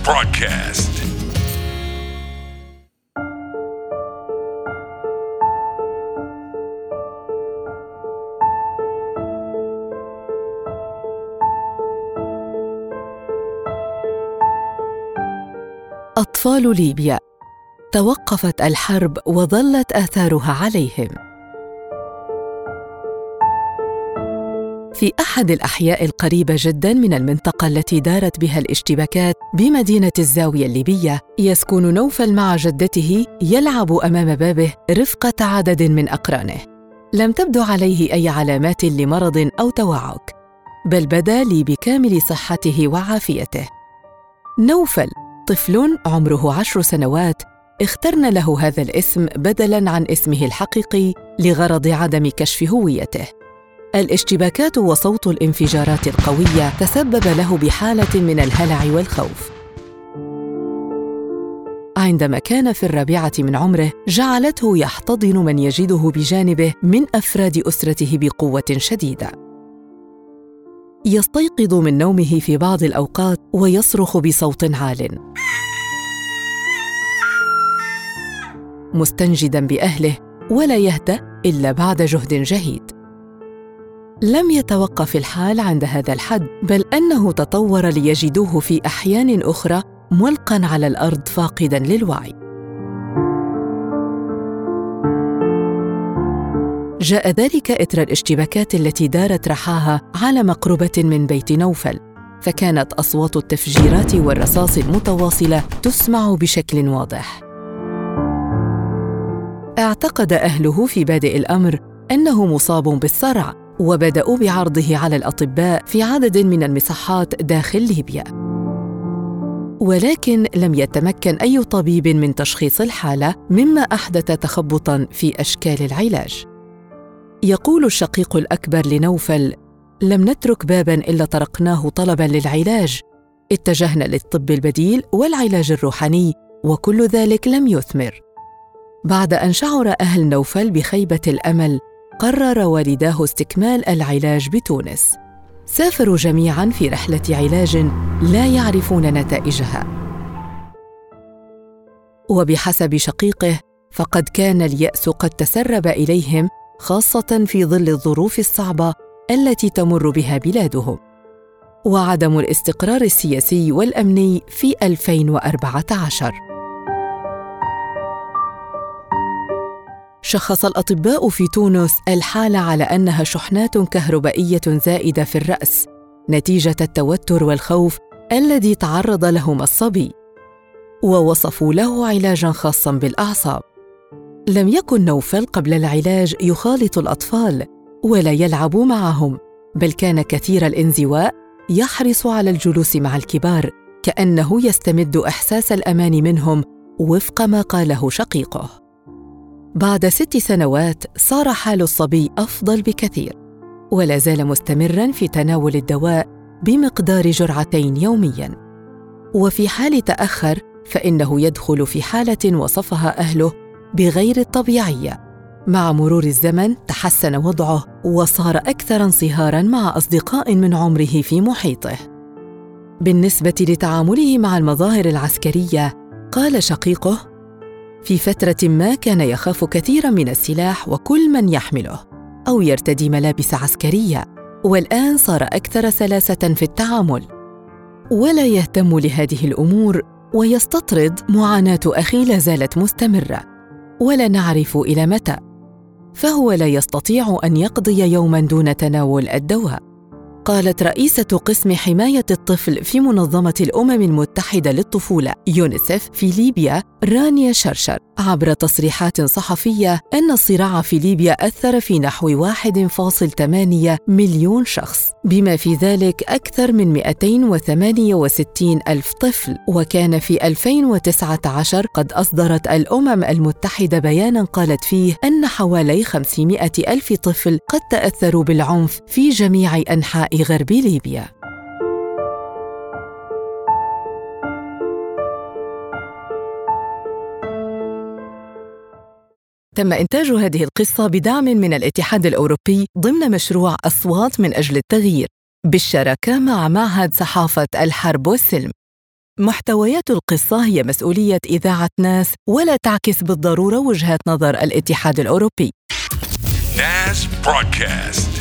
broadcast. أطفال ليبيا، توقفت الحرب وظلت آثارها عليهم. في أحد الأحياء القريبة جداً من المنطقة التي دارت بها الاشتباكات بمدينة الزاوية الليبية، يسكن نوفل مع جدته يلعب أمام بابه رفقة عدد من أقرانه. لم تبدو عليه أي علامات لمرض أو توعك، بل بدا لي بكامل صحته وعافيته. نوفل طفل عمره 10 سنوات، اخترنا له هذا الاسم بدلاً عن اسمه الحقيقي لغرض عدم كشف هويته. الاشتباكات وصوت الانفجارات القوية تسبب له بحالة من الهلع والخوف. عندما كان في 4 من عمره، جعلته يحتضن من يجده بجانبه من أفراد أسرته بقوة شديدة. يستيقظ من نومه في بعض الأوقات ويصرخ بصوت عال، مستنجداً بأهله، ولا يهدأ إلا بعد جهد جهيد. لم يتوقف الحال عند هذا الحد، بل أنه تطور ليجدوه في أحيان أخرى ملقاً على الأرض فاقداً للوعي. جاء ذلك إثر الاشتباكات التي دارت رحاها على مقربة من بيت نوفل، فكانت أصوات التفجيرات والرصاص المتواصلة تسمع بشكل واضح. اعتقد أهله في بادئ الأمر أنه مصاب بالصرع، وبدأوا بعرضه على الأطباء في عدد من المصحات داخل ليبيا، ولكن لم يتمكن أي طبيب من تشخيص الحالة، مما أحدث تخبطاً في أشكال العلاج. يقول الشقيق الأكبر لنوفل: لم نترك باباً إلا طرقناه طلباً للعلاج، اتجهنا للطب البديل والعلاج الروحاني، وكل ذلك لم يثمر. بعد أن شعر أهل نوفل بخيبة الأمل، قرر والداه استكمال العلاج بتونس. سافروا جميعاً في رحلة علاج لا يعرفون نتائجها. وبحسب شقيقه، فقد كان اليأس قد تسرب إليهم، خاصة في ظل الظروف الصعبة التي تمر بها بلادهم، وعدم الاستقرار السياسي والأمني في 2014. شخص الأطباء في تونس الحالة على أنها شحنات كهربائية زائدة في الرأس نتيجة التوتر والخوف الذي تعرض لهما الصبي، ووصفوا له علاجاً خاصاً بالأعصاب. لم يكن نوفل قبل العلاج يخالط الأطفال ولا يلعب معهم، بل كان كثير الانزواء، يحرص على الجلوس مع الكبار، كأنه يستمد إحساس الأمان منهم، وفق ما قاله شقيقه. بعد 6 سنوات صار حال الصبي أفضل بكثير، ولا زال مستمراً في تناول الدواء بمقدار 2 جرعات يومياً. وفي حال تأخر فإنه يدخل في حالة وصفها أهله بغير الطبيعية. مع مرور الزمن تحسن وضعه، وصار أكثر انصهاراً مع أصدقاء من عمره في محيطه. بالنسبة لتعامله مع المظاهر العسكرية، قال شقيقه: في فترة ما كان يخاف كثيراً من السلاح وكل من يحمله أو يرتدي ملابس عسكرية، والآن صار أكثر سلاسة في التعامل، ولا يهتم لهذه الأمور، ويستطرد معاناة أخي لا زالت مستمرة، ولا نعرف إلى متى، فهو لا يستطيع أن يقضي يوماً دون تناول الدواء. قالت رئيسة قسم حماية الطفل في منظمة الأمم المتحدة للطفولة يونيسف في ليبيا رانيا شرشر عبر تصريحات صحفية أن الصراع في ليبيا أثر في نحو 1.8 مليون شخص، بما في ذلك أكثر من 268 ألف طفل. وكان في 2019 قد أصدرت الأمم المتحدة بياناً قالت فيه أن حوالي 500 ألف طفل قد تأثروا بالعنف في جميع أنحاء غرب ليبيا. تم إنتاج هذه القصة بدعم من الاتحاد الأوروبي ضمن مشروع أصوات من أجل التغيير، بالشراكة مع معهد صحافة الحرب والسلم. محتويات القصة هي مسؤولية إذاعة ناس ولا تعكس بالضرورة وجهات نظر الاتحاد الأوروبي. NAS Broadcast.